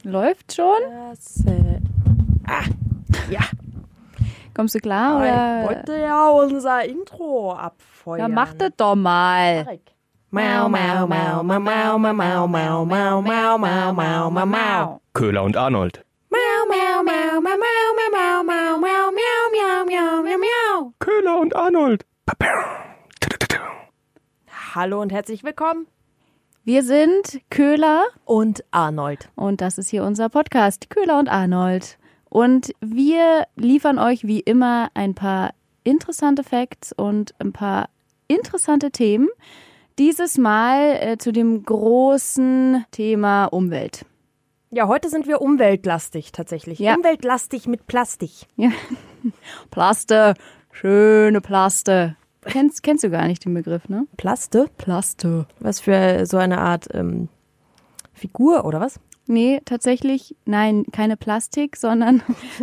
Läuft schon? Ja. Kommst du klar? Oder? Ich wollte ja unser Intro abfeuern. Ja, mach das doch mal. Mau, mau, mau, mau, mau, mau, mau, mau, mau, mau, mau, mau, mau, mau. Köhler und Arnold. Mau, mau, mau, mau, mau, mau, mau, mau, mau, miau, miau, miau, miau. Köhler und Arnold. Hallo und herzlich willkommen. Wir sind Köhler Und Arnold. und das ist hier unser Podcast, Köhler und Arnold. Und wir liefern euch wie immer ein paar interessante Facts und ein paar interessante Themen. Dieses Mal zu dem großen Thema Umwelt. Ja, heute sind wir umweltlastig tatsächlich. Ja. Umweltlastig mit Plastik. Ja. Plaste, schöne Plaste. Kennst du gar nicht den Begriff, ne? Plaste? Plaste. Was für so eine Art Figur oder was? Nee, tatsächlich, nein, keine Plastik, sondern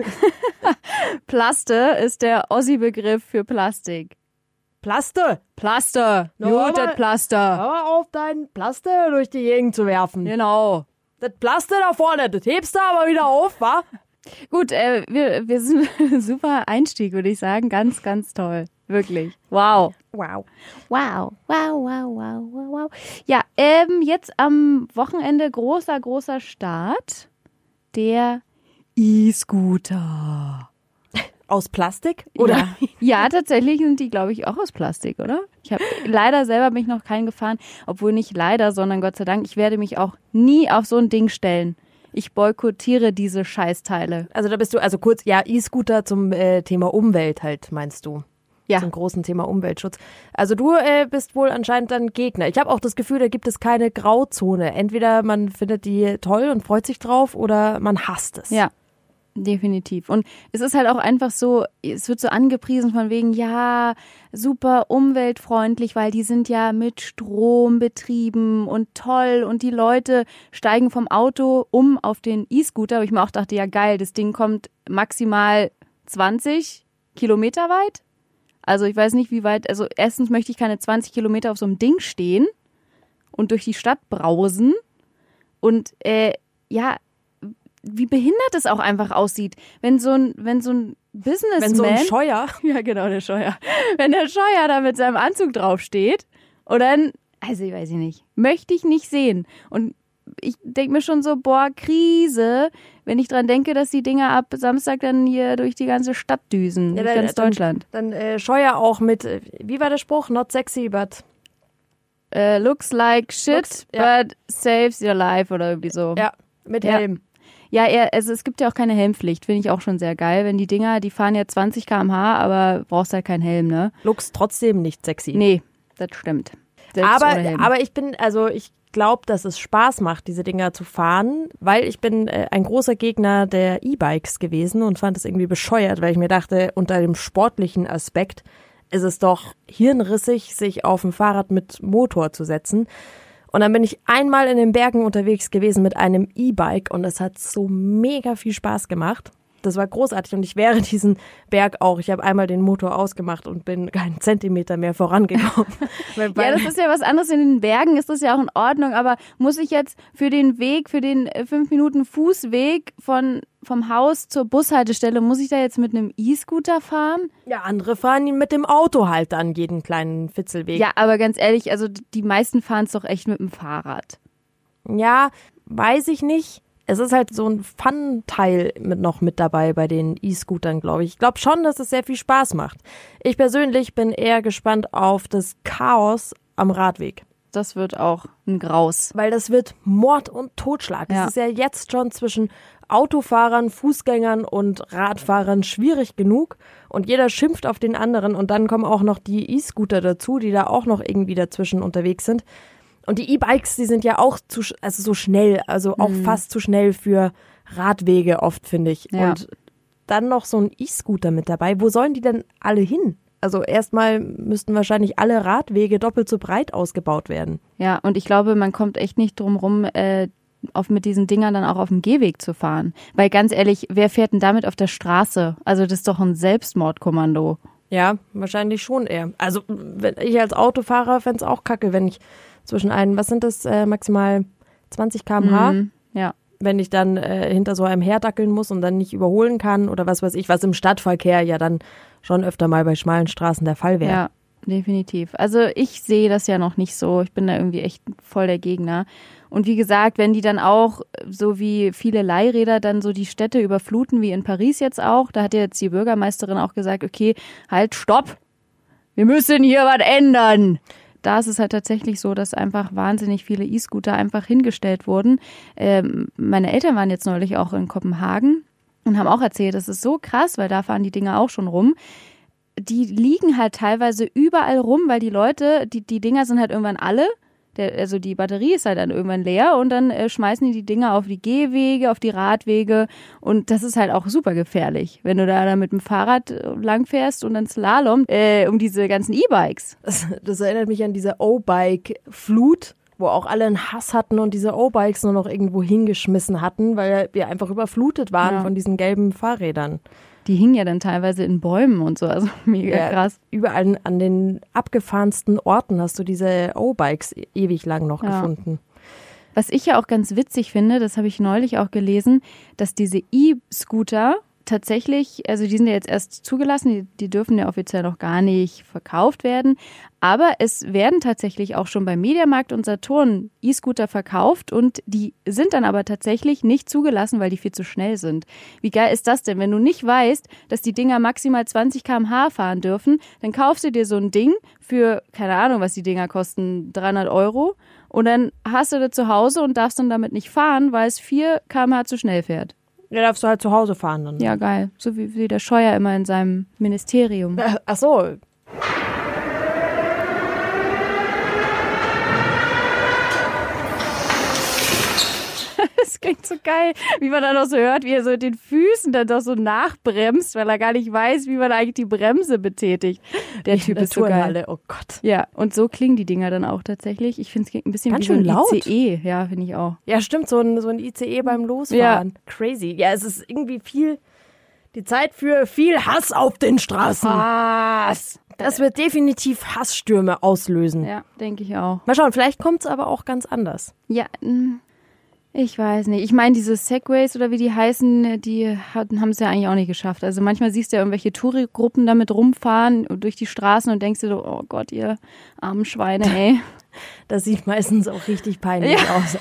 Plaste ist der Ossi-Begriff für Plastik. Plaste! Plaste, No, gut, aber- das Plaster. Hör auf, dein Plaste durch die Gegend zu werfen. Genau. Das Plaste da vorne, das hebst du aber wieder auf, wa? Gut, wir sind super Einstieg, würde ich sagen. Ganz, ganz toll. Wirklich. Wow. Wow. Wow, wow, wow, wow, wow, wow. Ja, jetzt am Wochenende großer Start. Der E-Scooter. Aus Plastik? Oder? Ja. Ja, tatsächlich sind die, glaube ich, auch aus Plastik, oder? Ich habe leider selber bin ich noch keinen gefahren, obwohl nicht leider, sondern Gott sei Dank, ich werde mich auch nie auf so ein Ding stellen. Ich boykottiere diese Scheißteile. Also da bist du, also kurz, ja, E-Scooter zum Thema Umwelt halt, meinst du? Ja. Zum großen Thema Umweltschutz. Also du bist wohl anscheinend dann Gegner. Ich habe auch das Gefühl, da gibt es keine Grauzone. Entweder man findet die toll und freut sich drauf oder man hasst es. Ja, definitiv. Und es ist halt auch einfach so, es wird so angepriesen von wegen, ja, super umweltfreundlich, weil die sind ja mit Strom betrieben und toll und die Leute steigen vom Auto auf den E-Scooter, wo ich mir auch dachte, ja geil, das Ding kommt maximal 20 Kilometer weit. Also ich weiß nicht, wie weit, also erstens möchte ich keine 20 Kilometer auf so einem Ding stehen und durch die Stadt brausen und ja, wie behindert es auch einfach aussieht, wenn so ein Businessman, Wenn so ein Scheuer. ja genau, der Scheuer, wenn der Scheuer da mit seinem Anzug draufsteht und dann, also ich weiß nicht, möchte ich nicht sehen und ich denke mir schon so, boah, Krise, wenn ich dran denke, dass die Dinger ab Samstag dann hier durch die ganze Stadt düsen, durch ganz Deutschland. Dann Scheuer auch mit, wie war der Spruch? Not sexy, but... Looks like shit, Looks, ja. but saves your life oder irgendwie so. Ja, mit Ja. Helm. Ja, also es gibt ja auch keine Helmpflicht, finde ich auch schon sehr geil. Wenn die Dinger, die fahren ja 20 km/h, aber brauchst halt keinen Helm, ne? Looks trotzdem nicht sexy. Nee, das stimmt. Selbst ohne Helm. Aber ich glaube, dass es Spaß macht, diese Dinger zu fahren, weil ich bin ein großer Gegner der E-Bikes gewesen und fand es irgendwie bescheuert, weil ich mir dachte, unter dem sportlichen Aspekt ist es doch hirnrissig, sich auf ein Fahrrad mit Motor zu setzen. Und dann bin ich einmal in den Bergen unterwegs gewesen mit einem E-Bike und es hat so mega viel Spaß gemacht. Das war großartig und ich wäre diesen Berg auch. Ich habe einmal den Motor ausgemacht und bin keinen Zentimeter mehr vorangekommen. Ja, das ist ja was anderes. In den Bergen ist das ja auch in Ordnung, aber muss ich jetzt für den 5 Minuten Fußweg vom Haus zur Bushaltestelle, muss ich da jetzt mit einem E-Scooter fahren? Ja, andere fahren mit dem Auto halt dann jeden kleinen Fitzelweg. Ja, aber ganz ehrlich, also die meisten fahren es doch echt mit dem Fahrrad. Ja, weiß ich nicht. Es ist halt so ein Fun-Teil noch mit dabei bei den E-Scootern, glaube ich. Ich glaube schon, dass es sehr viel Spaß macht. Ich persönlich bin eher gespannt auf das Chaos am Radweg. Das wird auch ein Graus. Weil das wird Mord und Totschlag. Ja. Es ist ja jetzt schon zwischen Autofahrern, Fußgängern und Radfahrern schwierig genug. Und jeder schimpft auf den anderen. Und dann kommen auch noch die E-Scooter dazu, die da auch noch irgendwie dazwischen unterwegs sind. Und die E-Bikes, die sind ja auch so schnell, also auch fast zu schnell für Radwege oft, finde ich. Ja. Und dann noch so ein E-Scooter mit dabei. Wo sollen die denn alle hin? Also erstmal müssten wahrscheinlich alle Radwege doppelt so breit ausgebaut werden. Ja, und ich glaube, man kommt echt nicht drum rum, mit diesen Dingern dann auch auf dem Gehweg zu fahren. Weil ganz ehrlich, wer fährt denn damit auf der Straße? Also das ist doch ein Selbstmordkommando. Ja, wahrscheinlich schon eher. Also wenn ich als Autofahrer fände es auch kacke, wenn ich zwischen was sind das, maximal 20 km/h? Ja. wenn ich dann hinter so einem herdackeln muss und dann nicht überholen kann oder was weiß ich, was im Stadtverkehr ja dann schon öfter mal bei schmalen Straßen der Fall wäre. Ja, definitiv. Also ich sehe das ja noch nicht so. Ich bin da irgendwie echt voll der Gegner. Und wie gesagt, wenn die dann auch, so wie viele Leihräder, dann so die Städte überfluten, wie in Paris jetzt auch, da hat ja jetzt die Bürgermeisterin auch gesagt, okay, halt, stopp, wir müssen hier was ändern. Da ist es halt tatsächlich so, dass einfach wahnsinnig viele E-Scooter einfach hingestellt wurden. Meine Eltern waren jetzt neulich auch in Kopenhagen und haben auch erzählt, das ist so krass, weil da fahren die Dinger auch schon rum. Die liegen halt teilweise überall rum, weil die Leute, die Dinger sind halt irgendwann alle. Also die Batterie ist halt dann irgendwann leer und dann schmeißen die Dinger auf die Gehwege, auf die Radwege und das ist halt auch super gefährlich, wenn du da mit dem Fahrrad langfährst und dann Slalom um diese ganzen E-Bikes. Das erinnert mich an diese O-Bike-Flut, wo auch alle einen Hass hatten und diese O-Bikes nur noch irgendwo hingeschmissen hatten, weil wir einfach überflutet waren von diesen gelben Fahrrädern. Die hingen ja dann teilweise in Bäumen und so, also mega krass. Überall an den abgefahrensten Orten hast du diese O-Bikes ewig lang noch gefunden. Was ich ja auch ganz witzig finde, das habe ich neulich auch gelesen, dass diese E-Scooter tatsächlich, also die sind ja jetzt erst zugelassen, die dürfen ja offiziell noch gar nicht verkauft werden, aber es werden tatsächlich auch schon bei Mediamarkt und Saturn E-Scooter verkauft und die sind dann aber tatsächlich nicht zugelassen, weil die viel zu schnell sind. Wie geil ist das denn, wenn du nicht weißt, dass die Dinger maximal 20 km/h fahren dürfen, dann kaufst du dir so ein Ding für, keine Ahnung, was die Dinger kosten, 300 € und dann hast du das zu Hause und darfst dann damit nicht fahren, weil es 4 km/h zu schnell fährt. Ja, darfst du halt zu Hause fahren dann. Ja, geil. So wie der Scheuer immer in seinem Ministerium. Ach so. Das klingt so geil, wie man dann auch so hört, wie er so mit den Füßen dann doch so nachbremst, weil er gar nicht weiß, wie man eigentlich die Bremse betätigt. Der Typ ist so geil. Oh Gott. Ja, und so klingen die Dinger dann auch tatsächlich. Ich finde es ein bisschen ganz wie so ein laut. ICE. Ja, finde ich auch. Ja, stimmt, so ein ICE beim Losfahren. Ja. Crazy. Ja, es ist irgendwie die Zeit für viel Hass auf den Straßen. Hass. Das wird definitiv Hassstürme auslösen. Ja, denke ich auch. Mal schauen, vielleicht kommt es aber auch ganz anders. Ja, ich weiß nicht. Ich meine, diese Segways oder wie die heißen, die haben es ja eigentlich auch nicht geschafft. Also manchmal siehst du ja irgendwelche Touri-Gruppen damit rumfahren durch die Straßen und denkst dir so, oh Gott, ihr armen Schweine, ey. Das sieht meistens auch richtig peinlich aus.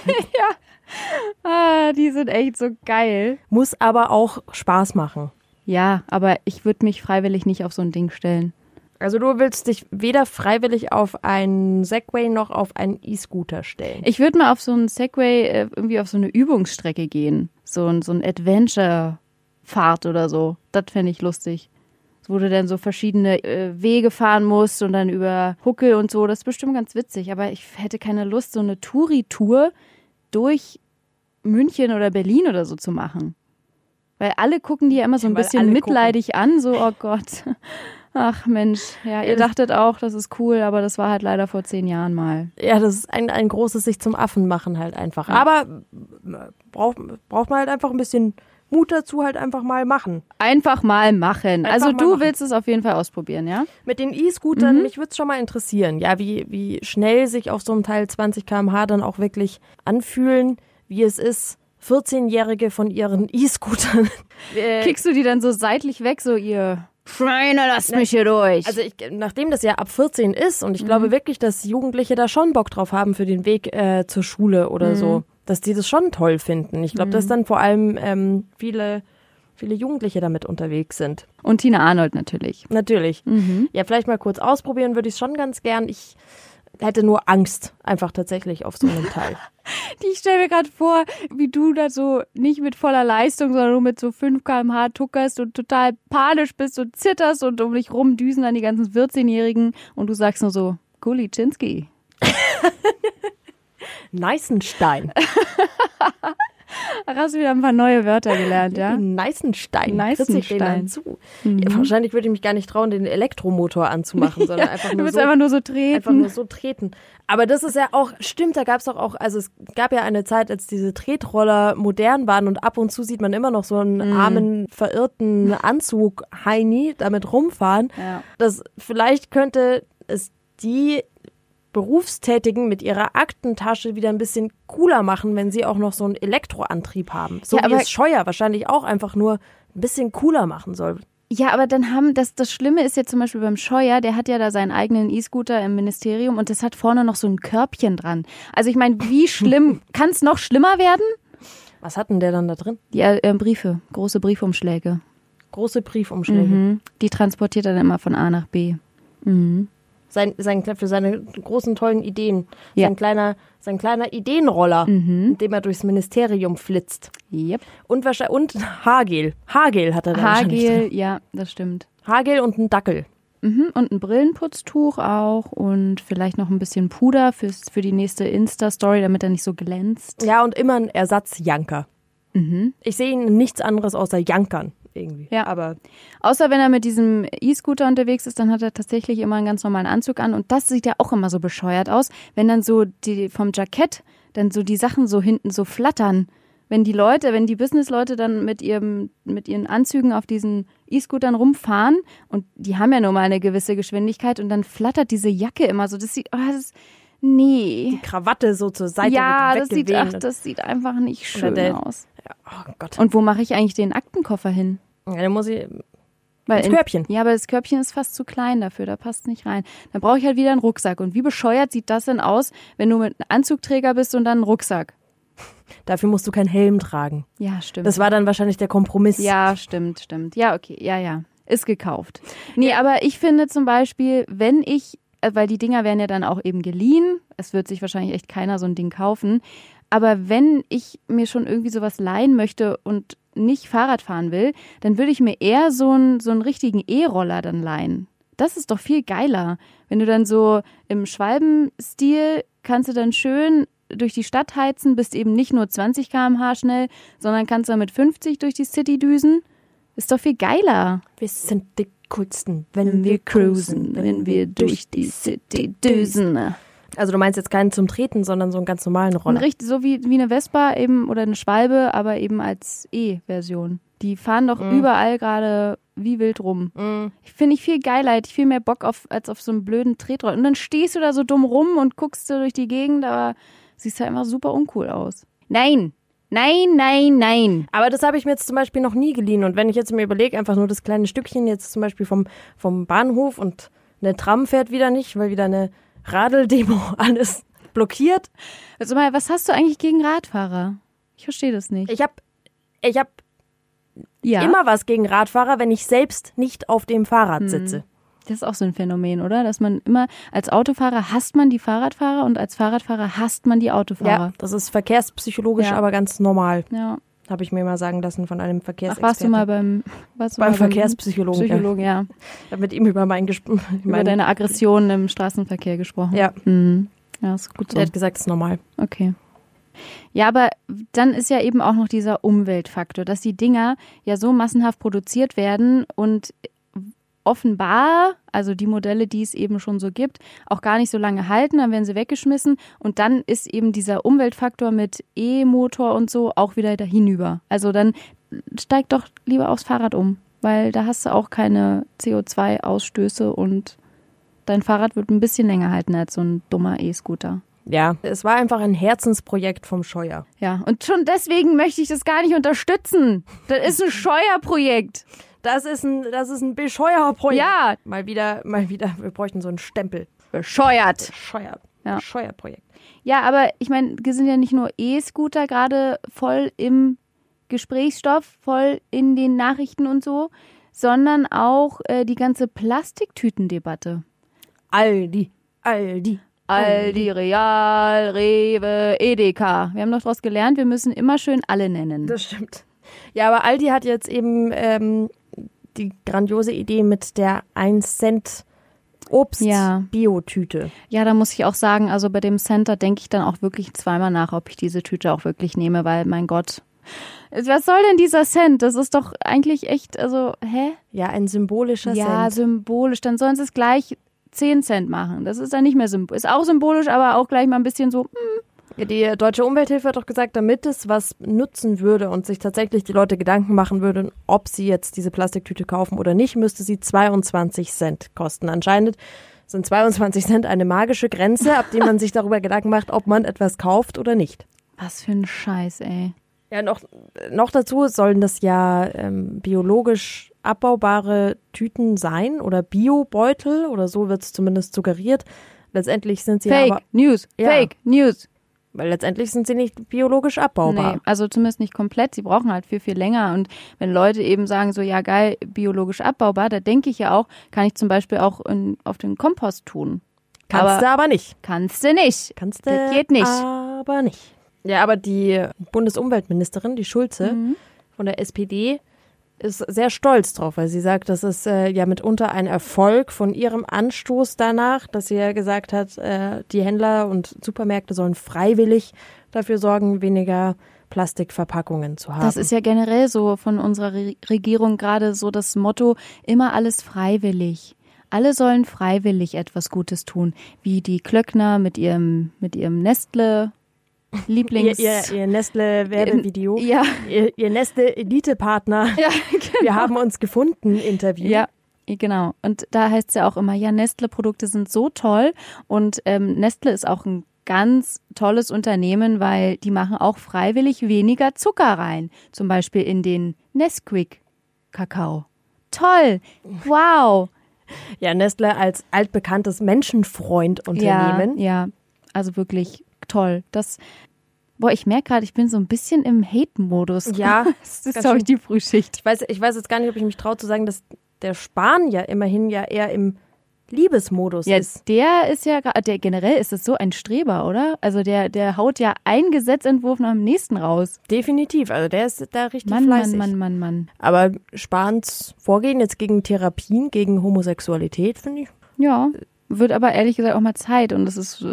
Ja, die sind echt so geil. Muss aber auch Spaß machen. Ja, aber ich würde mich freiwillig nicht auf so ein Ding stellen. Also du willst dich weder freiwillig auf einen Segway noch auf einen E-Scooter stellen? Ich würde mal auf so einen Segway irgendwie auf so eine Übungsstrecke gehen. So ein Adventure-Fahrt oder so. Das fände ich lustig. Wo du dann so verschiedene Wege fahren musst und dann über Huckel und so. Das ist bestimmt ganz witzig. Aber ich hätte keine Lust, so eine Touri-Tour durch München oder Berlin oder so zu machen. Weil alle gucken die ja immer so ein bisschen mitleidig an. So, oh Gott. Ach Mensch, ja, ihr dachtet auch, das ist cool, aber das war halt leider vor 10 Jahren mal. Ja, das ist ein großes sich zum Affen machen halt einfach. Ja. Aber braucht man halt einfach ein bisschen Mut dazu, halt einfach mal machen. Einfach mal machen. Also du willst es auf jeden Fall ausprobieren, ja? Mit den E-Scootern, mich würde es schon mal interessieren, ja, wie schnell sich auf so einem Teil 20 km/h dann auch wirklich anfühlen, wie es ist, 14-Jährige von ihren E-Scootern. Kickst du die dann so seitlich weg, so ihr Schweine, lasst mich hier durch. Also nachdem das ja ab 14 ist und ich glaube wirklich, dass Jugendliche da schon Bock drauf haben für den Weg zur Schule oder so, dass die das schon toll finden. Ich glaube, dass dann vor allem viele Jugendliche damit unterwegs sind. Und Tina Arnold natürlich. Natürlich. Ja, vielleicht mal kurz ausprobieren würde ich es schon ganz gern. Ich hätte nur Angst einfach tatsächlich auf so einem Teil. Ich stelle mir gerade vor, wie du da so nicht mit voller Leistung, sondern nur mit so 5 km/h tuckerst und total panisch bist und zitterst und um dich rum düsen dann die ganzen 14-Jährigen und du sagst nur so, Guliczynski. Neißenstein. Ach, hast du wieder ein paar neue Wörter gelernt, ja? Neißenstein. Neißenstein. Zu. Ja, wahrscheinlich würde ich mich gar nicht trauen, den Elektromotor anzumachen, sondern einfach nur du willst einfach nur so treten. Einfach nur so treten. Aber das ist ja auch, stimmt, da gab es doch auch, also es gab ja eine Zeit, als diese Tretroller modern waren und ab und zu sieht man immer noch so einen armen, verirrten Anzug-Heini damit rumfahren. Ja. Das vielleicht könnte es die Berufstätigen mit ihrer Aktentasche wieder ein bisschen cooler machen, wenn sie auch noch so einen Elektroantrieb haben. So Ja, wie aber es Scheuer wahrscheinlich auch einfach nur ein bisschen cooler machen soll. Ja, aber dann das Schlimme ist ja zum Beispiel beim Scheuer, der hat ja da seinen eigenen E-Scooter im Ministerium und das hat vorne noch so ein Körbchen dran. Also ich meine, wie schlimm, kann es noch schlimmer werden? Was hat denn der dann da drin? Ja, Briefe, große Briefumschläge. Große Briefumschläge. Die transportiert er dann immer von A nach B. Mhm. Für seine großen, tollen Ideen. Ja. Sein kleiner Ideenroller, mit dem er durchs Ministerium flitzt. Yep. Und Haargel. Haargel hat er da wahrscheinlich drin. Haargel, ja, das stimmt. Haargel und ein Dackel. Und ein Brillenputztuch auch und vielleicht noch ein bisschen Puder für die nächste Insta-Story, damit er nicht so glänzt. Ja, und immer ein Ersatzjanker. Ich sehe ihn in nichts anderes außer Jankern irgendwie. Ja. Aber Außer wenn er mit diesem E-Scooter unterwegs ist, dann hat er tatsächlich immer einen ganz normalen Anzug an. Und das sieht ja auch immer so bescheuert aus, wenn dann so vom Jackett dann so die Sachen so hinten so flattern. Wenn die Businessleute dann mit ihren Anzügen auf diesen E-Scootern rumfahren und die haben ja nur mal eine gewisse Geschwindigkeit und dann flattert diese Jacke immer so. Das sieht, nee. die Krawatte so zur Seite Ja, wird weggewehen. das sieht einfach nicht schön aus. Oh Gott. Und wo mache ich eigentlich den Aktenkoffer hin? Ja, dann muss ich Weil ins Körbchen. Ja, aber das Körbchen ist fast zu klein dafür, da passt nicht rein. Dann brauche ich halt wieder einen Rucksack. Und wie bescheuert sieht das denn aus, wenn du mit einem Anzugträger bist und dann einen Rucksack? Dafür musst du keinen Helm tragen. Ja, stimmt. Das war dann wahrscheinlich der Kompromiss. Ja, stimmt. Ja, okay, ja. Ist gekauft. Nee, aber ich finde zum Beispiel, weil die Dinger werden ja dann auch eben geliehen, es wird sich wahrscheinlich echt keiner so ein Ding kaufen, aber wenn ich mir schon irgendwie sowas leihen möchte und nicht Fahrrad fahren will, dann würde ich mir eher so einen richtigen E-Roller dann leihen. Das ist doch viel geiler. Wenn du dann so im Schwalbenstil kannst du dann schön durch die Stadt heizen, bist eben nicht nur 20 km/h schnell, sondern kannst dann mit 50 durch die City düsen. Ist doch viel geiler. Wir sind die coolsten, Wenn wir cruisen, wenn wir durch die City düsen. Also du meinst jetzt keinen zum Treten, sondern so einen ganz normalen Roller. Richtig, so wie eine Vespa eben oder eine Schwalbe, aber eben als E-Version. Die fahren doch überall gerade wie wild rum. Finde ich viel geiler, hätte ich viel mehr Bock als auf so einen blöden Tretroller. Und dann stehst du da so dumm rum und guckst du durch die Gegend, aber siehst halt einfach super uncool aus. Nein. Aber das habe ich mir jetzt zum Beispiel noch nie geliehen. Und wenn ich jetzt mir überlege, einfach nur das kleine Stückchen jetzt zum Beispiel vom Bahnhof und eine Tram fährt wieder nicht, weil wieder eine Radeldemo alles blockiert. Also mal, was hast du eigentlich gegen Radfahrer? Ich verstehe das nicht. Ich hab immer was gegen Radfahrer, wenn ich selbst nicht auf dem Fahrrad sitze. Das ist auch so ein Phänomen, oder? Dass man immer, als Autofahrer hasst man die Fahrradfahrer und als Fahrradfahrer hasst man die Autofahrer. Ja, das ist verkehrspsychologisch aber ganz normal. Ja. Habe ich mir mal sagen lassen von einem Verkehrsexperten. Warst du mal beim Verkehrspsychologen? Psychologen, ja. Ich habe mit ihm über über deine Aggressionen im Straßenverkehr gesprochen. Ja. Ja, ist gut so. Er hat gesagt, das ist normal. Okay. Ja, aber dann ist ja eben auch noch dieser Umweltfaktor, dass die Dinger ja so massenhaft produziert werden und offenbar, also die Modelle, die es eben schon so gibt, auch gar nicht so lange halten, dann werden sie weggeschmissen und dann ist eben dieser Umweltfaktor mit E-Motor und so auch wieder da hinüber. Also dann steig doch lieber aufs Fahrrad um, weil da hast du auch keine CO2-Ausstöße und dein Fahrrad wird ein bisschen länger halten als so ein dummer E-Scooter. Ja, es war einfach ein Herzensprojekt vom Scheuer. Ja, und schon deswegen möchte ich das gar nicht unterstützen. Das ist ein Scheuerprojekt. Das ist ein Bescheuerprojekt. Ja. Mal wieder, wir bräuchten so einen Stempel. Bescheuert. Ja. Bescheuerprojekt. Ja, aber ich meine, wir sind ja nicht nur E-Scooter gerade voll im Gesprächsstoff, voll in den Nachrichten und so, sondern auch die ganze Plastiktütendebatte. Aldi. Aldi, Real, Rewe, Edeka. Wir haben doch daraus gelernt, wir müssen immer schön alle nennen. Das stimmt. Ja, aber Aldi hat jetzt eben die grandiose Idee mit der 1-Cent Obst-Biotüte. Ja, da muss ich auch sagen, also bei dem Center denke ich dann auch wirklich zweimal nach, ob ich diese Tüte auch wirklich nehme, weil, mein Gott, was soll denn dieser Cent? Das ist doch eigentlich echt, also, hä? Ja, ein symbolischer Cent. Ja, symbolisch. Dann sollen sie es gleich 10 Cent machen. Das ist dann nicht mehr symbolisch. Ist auch symbolisch, aber auch gleich mal ein bisschen so, Ja, die Deutsche Umwelthilfe hat doch gesagt, damit es was nutzen würde und sich tatsächlich die Leute Gedanken machen würden, ob sie jetzt diese Plastiktüte kaufen oder nicht, müsste sie 22 Cent kosten. Anscheinend Sind 22 Cent eine magische Grenze, ab der man sich darüber Gedanken macht, ob man etwas kauft oder nicht. Was für ein Scheiß, ey. Ja, noch dazu sollen das ja biologisch abbaubare Tüten sein oder Biobeutel oder so wird es zumindest suggeriert. Letztendlich sind sie Fake News. Weil letztendlich sind sie nicht biologisch abbaubar. Nee, also zumindest nicht komplett. Sie brauchen halt viel, viel länger. Und wenn Leute eben sagen so, ja geil, biologisch abbaubar, da denke ich ja auch, kann ich zum Beispiel auch auf den Kompost tun. Kannst du aber nicht. Kannst du nicht. Das geht nicht. Aber nicht. Ja, aber die Bundesumweltministerin, die Schulze von der SPD, ist sehr stolz drauf, weil sie sagt, das ist ja mitunter ein Erfolg von ihrem Anstoß danach, dass sie ja gesagt hat, die Händler und Supermärkte sollen freiwillig dafür sorgen, weniger Plastikverpackungen zu haben. Das ist ja generell so von unserer Regierung gerade so das Motto, immer alles freiwillig. Alle sollen freiwillig etwas Gutes tun, wie die Klöckner mit ihrem Nestle Lieblings... Ihr Nestle-Werbevideo. Ja. Ihr Nestle-Elite-Partner. Ja, genau. Wir haben uns gefunden, Interview. Ja, genau. Und da heißt es ja auch immer, ja, Nestle-Produkte sind so toll. Und Nestle ist auch ein ganz tolles Unternehmen, weil die machen auch freiwillig weniger Zucker rein. Zum Beispiel in den Nesquik-Kakao. Toll. Wow. Ja, Nestle als altbekanntes Menschenfreund-Unternehmen. Ja, also wirklich toll. Ich merke gerade, ich bin so ein bisschen im Hate-Modus. Ja. Das ist, glaube ich, die Frühschicht. Ich weiß jetzt gar nicht, ob ich mich traue zu sagen, dass der Spahn ja immerhin ja eher im Liebesmodus ist. Der ist ja gerade, generell ist es so ein Streber, oder? Also der haut ja einen Gesetzentwurf nach dem nächsten raus. Definitiv, also der ist da richtig fleißig. Mann. Aber Spahns Vorgehen jetzt gegen Therapien, gegen Homosexualität, finde ich. Ja, wird aber ehrlich gesagt auch mal Zeit und das ist,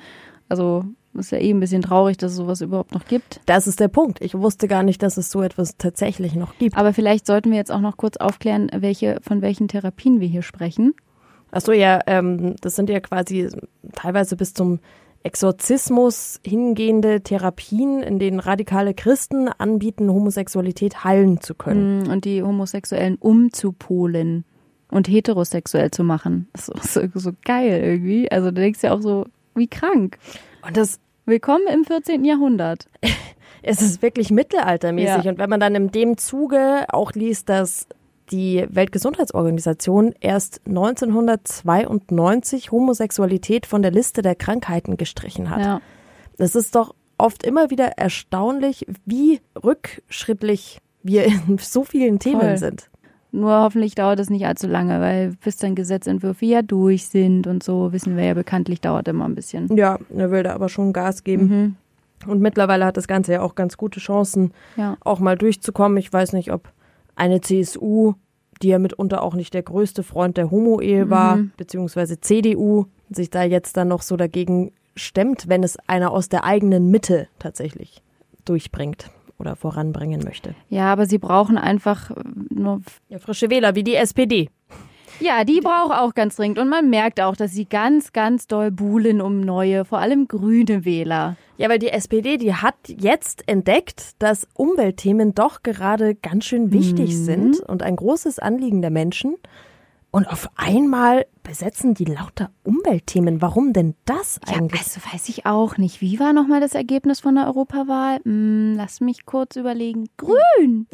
ist ja ein bisschen traurig, dass es sowas überhaupt noch gibt. Das ist der Punkt. Ich wusste gar nicht, dass es so etwas tatsächlich noch gibt. Aber vielleicht sollten wir jetzt auch noch kurz aufklären, von welchen Therapien wir hier sprechen. Ach so, ja, das sind ja quasi teilweise bis zum Exorzismus hingehende Therapien, in denen radikale Christen anbieten, Homosexualität heilen zu können. Und die Homosexuellen umzupolen und heterosexuell zu machen. Das ist so geil irgendwie. Also du denkst ja auch so, wie krank. Und das Willkommen im 14. Jahrhundert. Es ist wirklich mittelaltermäßig. Ja. Und wenn man dann in dem Zuge auch liest, dass die Weltgesundheitsorganisation erst 1992 Homosexualität von der Liste der Krankheiten gestrichen hat. Ja. Das ist doch oft immer wieder erstaunlich, wie rückschrittlich wir in so vielen Themen sind. Nur hoffentlich dauert es nicht allzu lange, weil bis dann Gesetzentwürfe ja durch sind und so, wissen wir ja bekanntlich, dauert immer ein bisschen. Ja, er will da aber schon Gas geben. Und mittlerweile hat das Ganze ja auch ganz gute Chancen, auch mal durchzukommen. Ich weiß nicht, ob eine CSU, die ja mitunter auch nicht der größte Freund der Homo-Ehe war, beziehungsweise CDU, sich da jetzt dann noch so dagegen stemmt, wenn es einer aus der eigenen Mitte tatsächlich durchbringt oder voranbringen möchte. Ja, aber sie brauchen einfach nur frische Wähler wie die SPD. Ja, die braucht auch ganz dringend. Und man merkt auch, dass sie ganz, ganz doll buhlen um neue, vor allem grüne Wähler. Ja, weil die SPD, die hat jetzt entdeckt, dass Umweltthemen doch gerade ganz schön wichtig sind und ein großes Anliegen der Menschen. Und auf einmal besetzen die lauter Umweltthemen. Warum denn das eigentlich? Ja, also weiß ich auch nicht. Wie war nochmal das Ergebnis von der Europawahl? Lass mich kurz überlegen. Grün!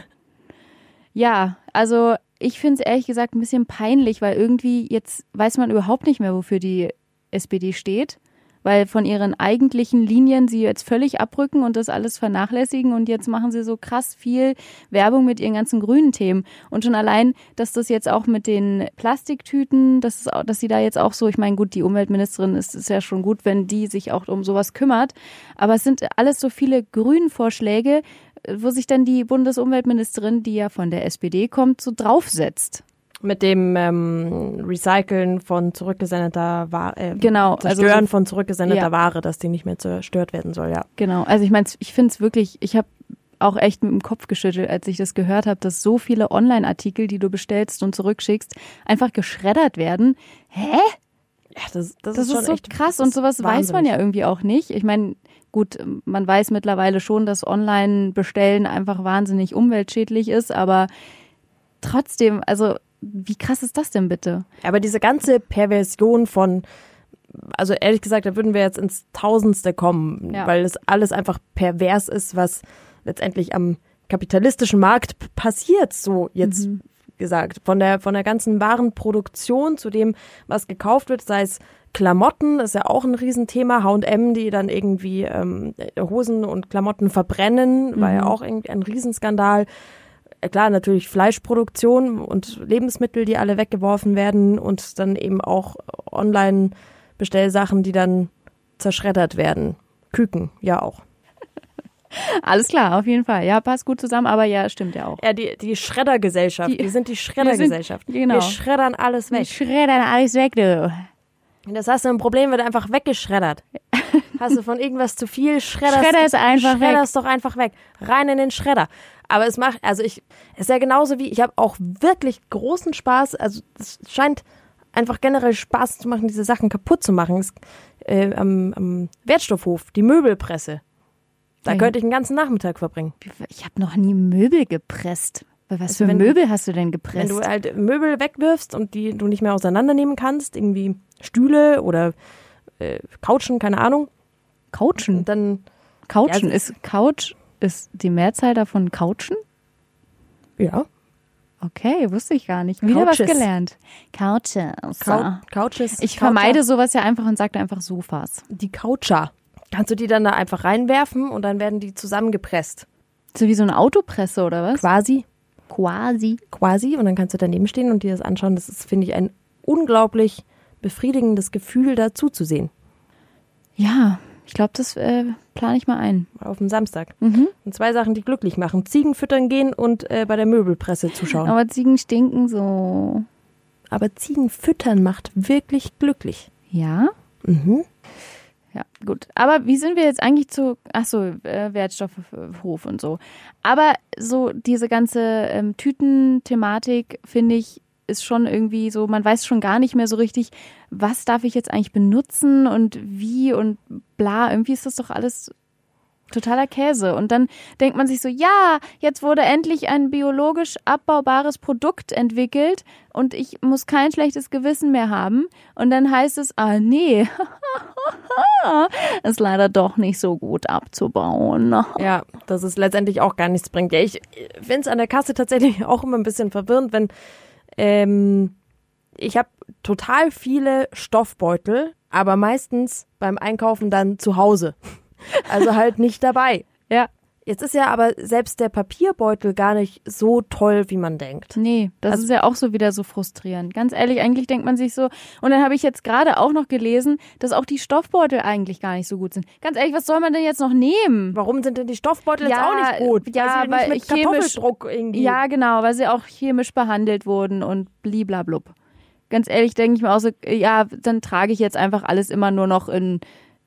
Ja, also ich finde es ehrlich gesagt ein bisschen peinlich, weil irgendwie jetzt weiß man überhaupt nicht mehr, wofür die SPD steht. Weil von ihren eigentlichen Linien sie jetzt völlig abrücken und das alles vernachlässigen und jetzt machen sie so krass viel Werbung mit ihren ganzen grünen Themen. Und schon allein, dass das jetzt auch mit den Plastiktüten, dass sie da jetzt auch so, ich meine, gut, die Umweltministerin ist ja schon gut, wenn die sich auch um sowas kümmert, aber es sind alles so viele Grünvorschläge, wo sich dann die Bundesumweltministerin, die ja von der SPD kommt, so draufsetzt. Mit dem Recyceln von zurückgesendeter Ware, Zerstören also von zurückgesendeter Ware, dass die nicht mehr zerstört werden soll, ja. Genau, also ich meine, ich finde es wirklich, ich habe auch echt mit dem Kopf geschüttelt, als ich das gehört habe, dass so viele Online-Artikel, die du bestellst und zurückschickst, einfach geschreddert werden. Hä? Ja, das ist schon so echt krass und sowas weiß man ja irgendwie auch nicht. Ich meine, gut, man weiß mittlerweile schon, dass Online-Bestellen einfach wahnsinnig umweltschädlich ist, aber trotzdem, also wie krass ist das denn bitte? Aber diese ganze Perversion von, also ehrlich gesagt, da würden wir jetzt ins Tausendste kommen, weil das alles einfach pervers ist, was letztendlich am kapitalistischen Markt passiert, so jetzt gesagt. Von der ganzen Warenproduktion zu dem, was gekauft wird, sei es Klamotten, ist ja auch ein Riesenthema. H&M, die dann irgendwie Hosen und Klamotten verbrennen, war ja auch irgendwie ein Riesenskandal. Klar, natürlich Fleischproduktion und Lebensmittel, die alle weggeworfen werden und dann eben auch Online-Bestellsachen, die dann zerschreddert werden. Küken, ja auch. Alles klar, auf jeden Fall. Ja, passt gut zusammen, aber ja, stimmt ja auch. Ja, die Schreddergesellschaft. Wir sind die Schreddergesellschaft. Genau. Wir schreddern alles weg. Wir schreddern alles weg, du. Und das hast du ein Problem, wird einfach weggeschreddert. Hast du von irgendwas zu viel, schredderst doch einfach weg. Rein in den Schredder. Aber es ist ja genauso wie, ich habe auch wirklich großen Spaß, also es scheint einfach generell Spaß zu machen, diese Sachen kaputt zu machen. Am Wertstoffhof, die Möbelpresse. Da könnte ich einen ganzen Nachmittag verbringen. Ich habe noch nie Möbel gepresst. Was für Möbel hast du denn gepresst? Wenn du halt Möbel wegwirfst und die du nicht mehr auseinandernehmen kannst, irgendwie Stühle oder Couchen, keine Ahnung. Couchen? Und dann Couchen, ist die Mehrzahl davon Couchen? Ja. Okay, wusste ich gar nicht. Wieder Couches. was gelernt. Couches. Ich vermeide sowas ja einfach und sage einfach Sofas. Die Coucher. Kannst du die dann da einfach reinwerfen und dann werden die zusammengepresst. So wie so eine Autopresse oder was? Quasi. Und dann kannst du daneben stehen und dir das anschauen. Das ist, finde ich, ein unglaublich befriedigendes Gefühl, dazu zu sehen. Ja, ich glaube, das plane ich mal ein. Auf den Samstag. Und 2 Sachen, die glücklich machen. Ziegen füttern gehen und bei der Möbelpresse zuschauen. Aber Ziegen stinken so. Aber Ziegen füttern macht wirklich glücklich. Ja? Ja, gut. Aber wie sind wir jetzt eigentlich Wertstoffhof und so. Aber so diese ganze Tütenthematik, finde ich, ist schon irgendwie so, man weiß schon gar nicht mehr so richtig, was darf ich jetzt eigentlich benutzen und wie und bla. Irgendwie ist das doch alles totaler Käse. Und dann denkt man sich so, ja, jetzt wurde endlich ein biologisch abbaubares Produkt entwickelt und ich muss kein schlechtes Gewissen mehr haben. Und dann heißt es, nee, ist leider doch nicht so gut abzubauen. Ja, dass es letztendlich auch gar nichts bringt. Ja, ich finde es an der Kasse tatsächlich auch immer ein bisschen verwirrend, wenn ich habe total viele Stoffbeutel, aber meistens beim Einkaufen dann zu Hause. Also halt nicht dabei. Ja. Jetzt ist ja aber selbst der Papierbeutel gar nicht so toll, wie man denkt. Nee, das ist ja auch so wieder so frustrierend. Ganz ehrlich, eigentlich denkt man sich so, und dann habe ich jetzt gerade auch noch gelesen, dass auch die Stoffbeutel eigentlich gar nicht so gut sind. Ganz ehrlich, was soll man denn jetzt noch nehmen? Warum sind denn die Stoffbeutel jetzt auch nicht gut? Ja, weil sie nicht mit Kartoffeldruck irgendwie. Ja, genau, weil sie auch chemisch behandelt wurden und bliblablub. Ganz ehrlich, denke ich mir auch so, ja, dann trage ich jetzt einfach alles immer nur noch in,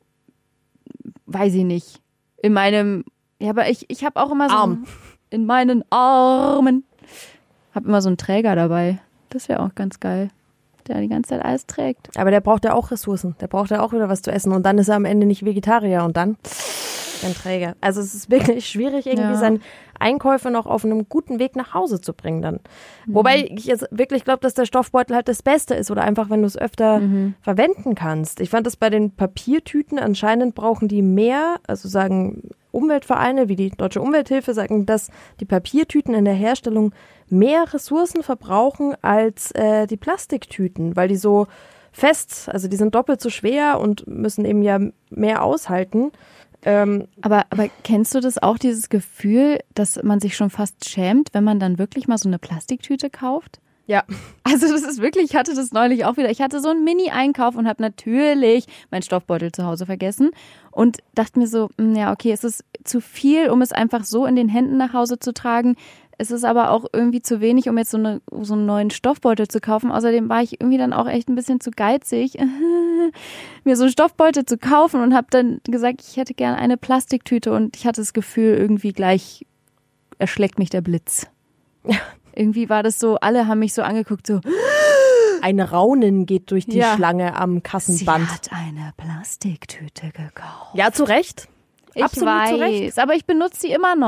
weiß ich nicht, in meinem, ja, aber ich habe auch immer so Arm. In meinen Armen, habe immer so einen Träger dabei. Das wäre auch ganz geil, der die ganze Zeit alles trägt. Aber der braucht ja auch Ressourcen, der braucht ja auch wieder was zu essen und dann ist er am Ende nicht Vegetarier und dann ein Träger. Also es ist wirklich schwierig, irgendwie seine Einkäufe noch auf einem guten Weg nach Hause zu bringen dann. Wobei ich jetzt wirklich glaube, dass der Stoffbeutel halt das Beste ist oder einfach, wenn du es öfter verwenden kannst. Ich fand das bei den Papiertüten, anscheinend brauchen die mehr, also sagen Umweltvereine wie die Deutsche Umwelthilfe sagen, dass die Papiertüten in der Herstellung mehr Ressourcen verbrauchen als die Plastiktüten, weil die so fest, also die sind doppelt so schwer und müssen eben ja mehr aushalten. Aber kennst du das auch, dieses Gefühl, dass man sich schon fast schämt, wenn man dann wirklich mal so eine Plastiktüte kauft? Ja. Also das ist wirklich, ich hatte das neulich auch wieder. Ich hatte so einen Mini-Einkauf und habe natürlich meinen Stoffbeutel zu Hause vergessen und dachte mir so, ja okay, es ist zu viel, um es einfach so in den Händen nach Hause zu tragen. Es ist aber auch irgendwie zu wenig, um jetzt so einen neuen Stoffbeutel zu kaufen. Außerdem war ich irgendwie dann auch echt ein bisschen zu geizig, mir so einen Stoffbeutel zu kaufen und habe dann gesagt, ich hätte gerne eine Plastiktüte und ich hatte das Gefühl, irgendwie gleich erschlägt mich der Blitz. Ja. Irgendwie war das so, alle haben mich so angeguckt, so. Ein Raunen geht durch die Schlange am Kassenband. Sie hat eine Plastiktüte gekauft. Ja, zu Recht. Ich Absolut weiß, zu Recht. aber ich benutze sie immer noch.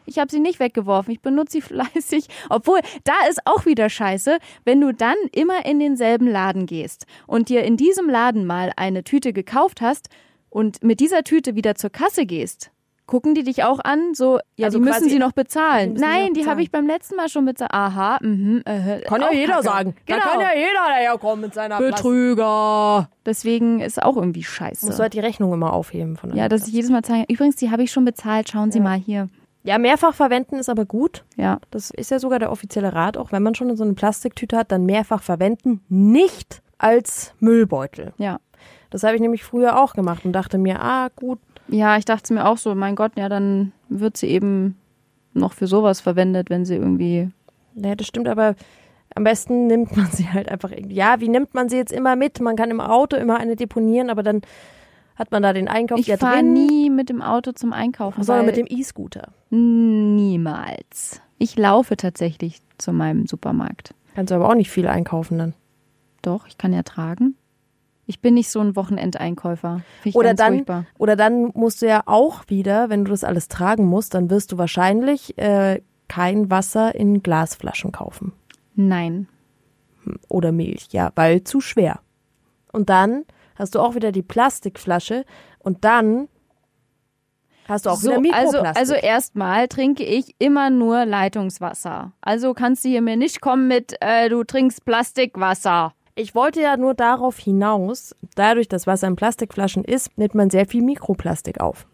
Ich habe sie nicht weggeworfen. Ich benutze sie fleißig. Obwohl, da ist auch wieder scheiße, wenn du dann immer in denselben Laden gehst und dir in diesem Laden mal eine Tüte gekauft hast und mit dieser Tüte wieder zur Kasse gehst. Gucken die dich auch an, so, ja, Also die quasi- müssen sie noch bezahlen. die müssen sie Nein, noch die bezahlen. habe ich beim letzten Mal schon bezahlt. Aha, Kann ja auch jeder Kacke. sagen. Genau. Da kann ja jeder daherkommen mit seiner Betrüger. Deswegen ist auch irgendwie scheiße. Musst du halt die Rechnung immer aufheben von Ja, dass ich jedes Mal zeige, übrigens, die habe ich schon bezahlt, schauen Sie mal hier. Ja, mehrfach verwenden ist aber gut. Ja. Das ist ja sogar der offizielle Rat, auch wenn man schon so eine Plastiktüte hat, dann mehrfach verwenden, nicht als Müllbeutel. Ja. Das habe ich nämlich früher auch gemacht und dachte mir, gut, Ja, ich dachte mir auch so, mein Gott, ja, dann wird sie eben noch für sowas verwendet, wenn sie irgendwie. ja, das stimmt, aber am besten nimmt man sie halt einfach irgendwie. Ja, wie nimmt man sie jetzt immer mit? Man kann im Auto immer eine deponieren, aber dann hat man da den Einkauf Ich ja fahre drin, nie mit dem Auto zum Einkaufen. sondern weil mit dem E-Scooter. Niemals. Ich laufe tatsächlich zu meinem Supermarkt. Kannst du aber auch nicht viel einkaufen dann. Doch, ich kann ja tragen. Ich bin nicht so ein Wochenendeinkäufer. Finde ich Oder ganz dann, furchtbar. oder dann musst du ja auch wieder, wenn du das alles tragen musst, dann wirst du wahrscheinlich kein Wasser in Glasflaschen kaufen. Nein. Oder Milch, ja, weil zu schwer. Und dann hast du auch wieder die Plastikflasche und dann hast du auch wieder Mikroplastik. Also erstmal trinke ich immer nur Leitungswasser. Also kannst du hier mir nicht kommen mit, du trinkst Plastikwasser. Ich wollte ja nur darauf hinaus, dadurch, dass Wasser in Plastikflaschen ist, nimmt man sehr viel Mikroplastik auf.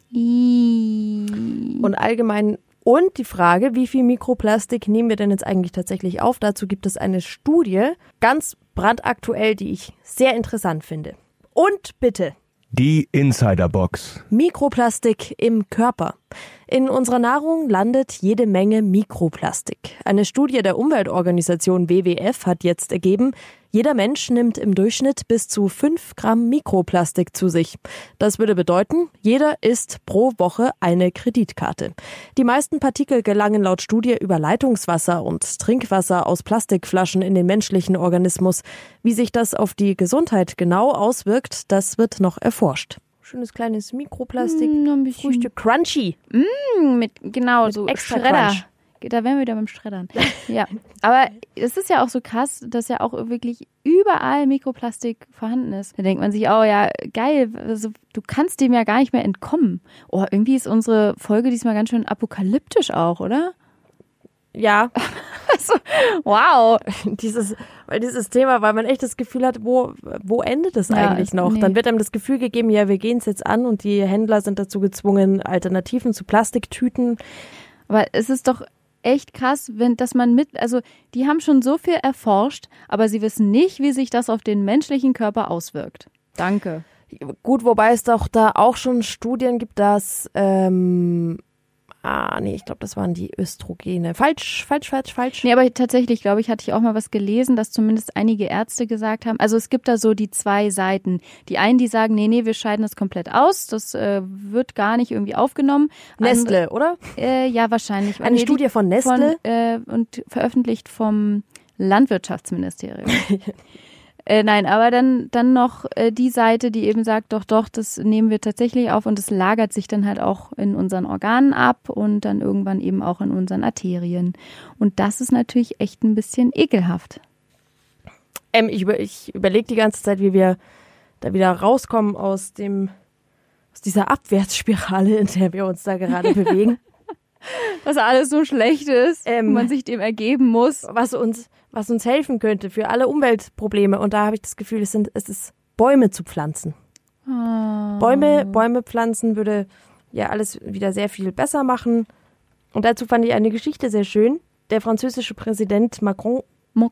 Und allgemein, und die Frage, wie viel Mikroplastik nehmen wir denn jetzt eigentlich tatsächlich auf? Dazu gibt es eine Studie, ganz brandaktuell, die ich sehr interessant finde. Und bitte, Die Insiderbox. Mikroplastik im Körper. In unserer Nahrung landet jede Menge Mikroplastik. Eine Studie der Umweltorganisation WWF hat jetzt ergeben, jeder Mensch nimmt im Durchschnitt bis zu 5 Gramm Mikroplastik zu sich. Das würde bedeuten, jeder isst pro Woche eine Kreditkarte. Die meisten Partikel gelangen laut Studie über Leitungswasser und Trinkwasser aus Plastikflaschen in den menschlichen Organismus. Wie sich das auf die Gesundheit genau auswirkt, das wird noch erforscht. Schönes kleines Mikroplastik. Ein bisschen. Frühstück crunchy. Genau, so extra Schredder. Crunch. Da wären wir wieder beim Schreddern. Ja, aber es ist ja auch so krass, dass ja auch wirklich überall Mikroplastik vorhanden ist. Da denkt man sich, oh ja, geil, also, du kannst dem ja gar nicht mehr entkommen. Oh, irgendwie ist unsere Folge diesmal ganz schön apokalyptisch auch, oder? Ja, Also, wow. dieses Thema, weil man echt das Gefühl hat, wo endet es Ja, eigentlich noch? nee. Dann wird einem das Gefühl gegeben, ja, wir gehen es jetzt an und die Händler sind dazu gezwungen, Alternativen zu Plastiktüten. Aber es ist doch echt krass, dass man also die haben schon so viel erforscht, aber sie wissen nicht, wie sich das auf den menschlichen Körper auswirkt. Danke. Gut, wobei es doch da auch schon Studien gibt, dass, ich glaube, das waren die Östrogene. Falsch. Nee, aber tatsächlich, glaube ich, hatte ich auch mal was gelesen, dass zumindest einige Ärzte gesagt haben, also es gibt da so die zwei Seiten. Die einen, die sagen, nee, wir scheiden das komplett aus, das wird gar nicht irgendwie aufgenommen. Nestle, oder? Ja, wahrscheinlich. Eine Studie von Nestle? Und veröffentlicht vom Landwirtschaftsministerium. Nein, aber dann noch die Seite, die eben sagt, doch, das nehmen wir tatsächlich auf und es lagert sich dann halt auch in unseren Organen ab und dann irgendwann eben auch in unseren Arterien. Und das ist natürlich echt ein bisschen ekelhaft. Ich überlege die ganze Zeit, wie wir da wieder rauskommen aus dieser Abwärtsspirale, in der wir uns da gerade bewegen. Was alles so schlecht ist und man sich dem ergeben muss. Was uns helfen könnte für alle Umweltprobleme. Und da habe ich das Gefühl, es ist Bäume zu pflanzen. Oh. Bäume pflanzen würde ja alles wieder sehr viel besser machen. Und dazu fand ich eine Geschichte sehr schön. Der französische Präsident Macron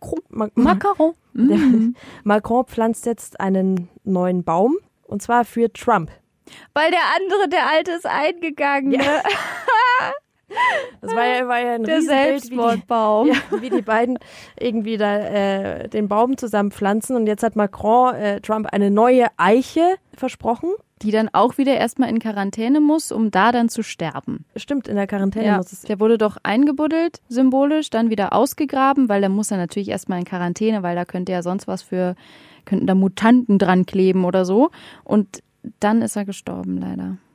Macron pflanzt jetzt einen neuen Baum. Und zwar für Trump. Weil der alte ist eingegangen. Ja. Ne? Das war ja ein Der Riesenbild, Selbstmordbaum. wie die beiden irgendwie da den Baum zusammen pflanzen. Und jetzt hat Macron Trump eine neue Eiche versprochen. Die dann auch wieder erstmal in Quarantäne muss, um da dann zu sterben. Stimmt, in der Quarantäne muss es. Der wurde doch eingebuddelt, symbolisch, dann wieder ausgegraben, weil da muss er natürlich erstmal in Quarantäne, weil da könnte ja sonst könnten da Mutanten dran kleben oder so. Und dann ist er gestorben, leider.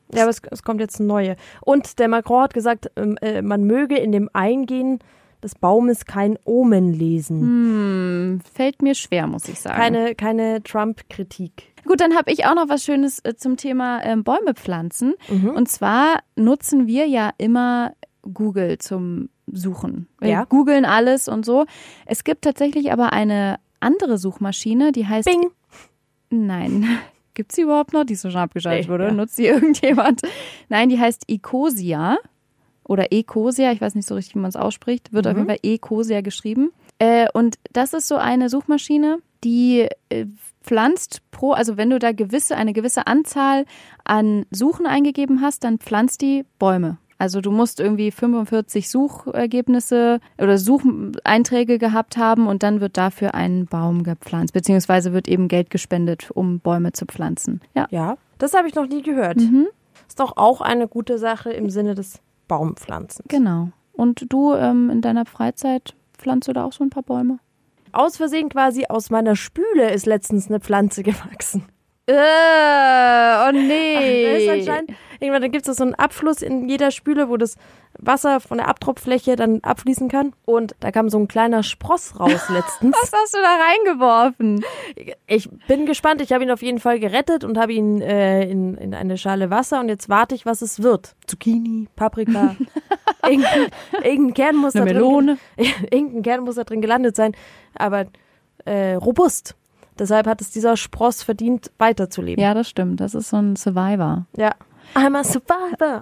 Ja, aber es kommt jetzt eine neue. Und der Macron hat gesagt, man möge in dem Eingehen des Baumes kein Omen lesen. Fällt mir schwer, muss ich sagen. Keine Trump-Kritik. Gut, dann habe ich auch noch was Schönes zum Thema Bäume pflanzen. Und zwar nutzen wir ja immer Google zum Suchen. Wir googeln alles und so. Es gibt tatsächlich aber eine andere Suchmaschine, die heißt... Bing! Nein. Gibt sie überhaupt noch? Die ist so schon abgeschaltet, oder? Ja. Nutzt sie irgendjemand? Nein, die heißt Ecosia oder Ecosia. Ich weiß nicht so richtig, wie man es ausspricht. Wird auf jeden Fall Ecosia geschrieben. Und das ist so eine Suchmaschine, die pflanzt also wenn du da eine gewisse Anzahl an Suchen eingegeben hast, dann pflanzt die Bäume. Also du musst irgendwie 45 Suchergebnisse oder Sucheinträge gehabt haben und dann wird dafür ein Baum gepflanzt, beziehungsweise wird eben Geld gespendet, um Bäume zu pflanzen. Ja, das habe ich noch nie gehört. Ist doch auch eine gute Sache im Sinne des Baumpflanzens. Genau. Und du in deiner Freizeit pflanzt du da auch so ein paar Bäume? Aus Versehen quasi aus meiner Spüle ist letztens eine Pflanze gewachsen. Oh nee. Irgendwann, dann gibt es so einen Abfluss in jeder Spüle, wo das Wasser von der Abtropffläche dann abfließen kann. Und da kam so ein kleiner Spross raus letztens. Was hast du da reingeworfen? Ich bin gespannt. Ich habe ihn auf jeden Fall gerettet und habe ihn in eine Schale Wasser. Und jetzt warte ich, was es wird. Zucchini, Paprika, irgendein Kern muss da Melone. Irgendein Kern muss da drin gelandet sein. Aber robust. Deshalb hat es dieser Spross verdient, weiterzuleben. Ja, das stimmt. Das ist so ein Survivor. Ja. I'm a survivor.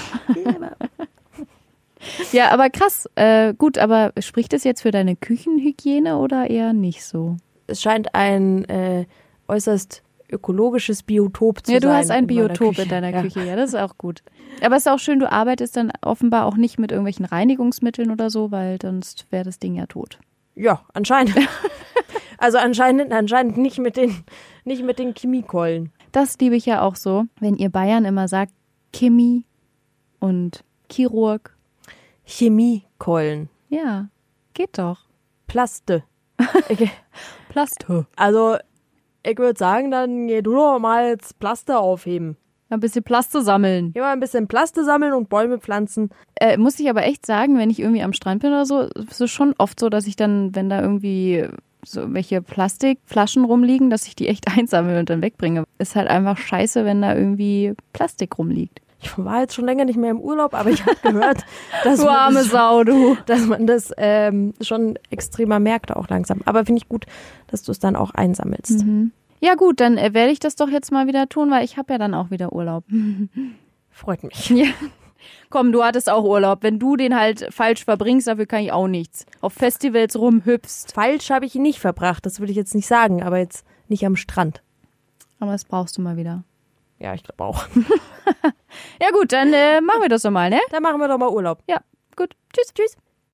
Ja, aber krass. Gut, aber spricht es jetzt für deine Küchenhygiene oder eher nicht so? Es scheint ein äußerst ökologisches Biotop zu sein. Ja, du hast ein Biotop in deiner deiner Küche. Ja, das ist auch gut. Aber es ist auch schön, du arbeitest dann offenbar auch nicht mit irgendwelchen Reinigungsmitteln oder so, weil sonst wäre das Ding ja tot. Ja, anscheinend. Also anscheinend nicht mit den Chemiekeulen. Das liebe ich ja auch so, wenn ihr Bayern immer sagt Chemie und Chirurg. Chemiekeulen. Ja, geht doch. Plaste. Plaste. Also, ich würde sagen, dann geh du doch mal jetzt Plaste aufheben. Ein bisschen Plaste sammeln. Geh mal ein bisschen Plaste sammeln und Bäume pflanzen. Muss ich aber echt sagen, wenn ich irgendwie am Strand bin oder so, ist es schon oft so, dass ich dann, wenn da irgendwie so welche Plastikflaschen rumliegen, dass ich die echt einsammle und dann wegbringe. Ist halt einfach scheiße, wenn da irgendwie Plastik rumliegt. Ich war jetzt schon länger nicht mehr im Urlaub, aber ich habe gehört, dass du arme Sau, du. Dass man das schon extremer merkt auch langsam. Aber finde ich gut, dass du es dann auch einsammelst. Ja gut, dann werde ich das doch jetzt mal wieder tun, weil ich habe ja dann auch wieder Urlaub. Freut mich. Ja. Komm, du hattest auch Urlaub. Wenn du den halt falsch verbringst, dafür kann ich auch nichts. Auf Festivals rumhüpfst. Falsch habe ich ihn nicht verbracht, das würde ich jetzt nicht sagen, aber jetzt nicht am Strand. Aber das brauchst du mal wieder. Ja, ich glaube auch. Ja gut, dann machen wir das doch mal, ne? Dann machen wir doch mal Urlaub. Ja, gut. Tschüss.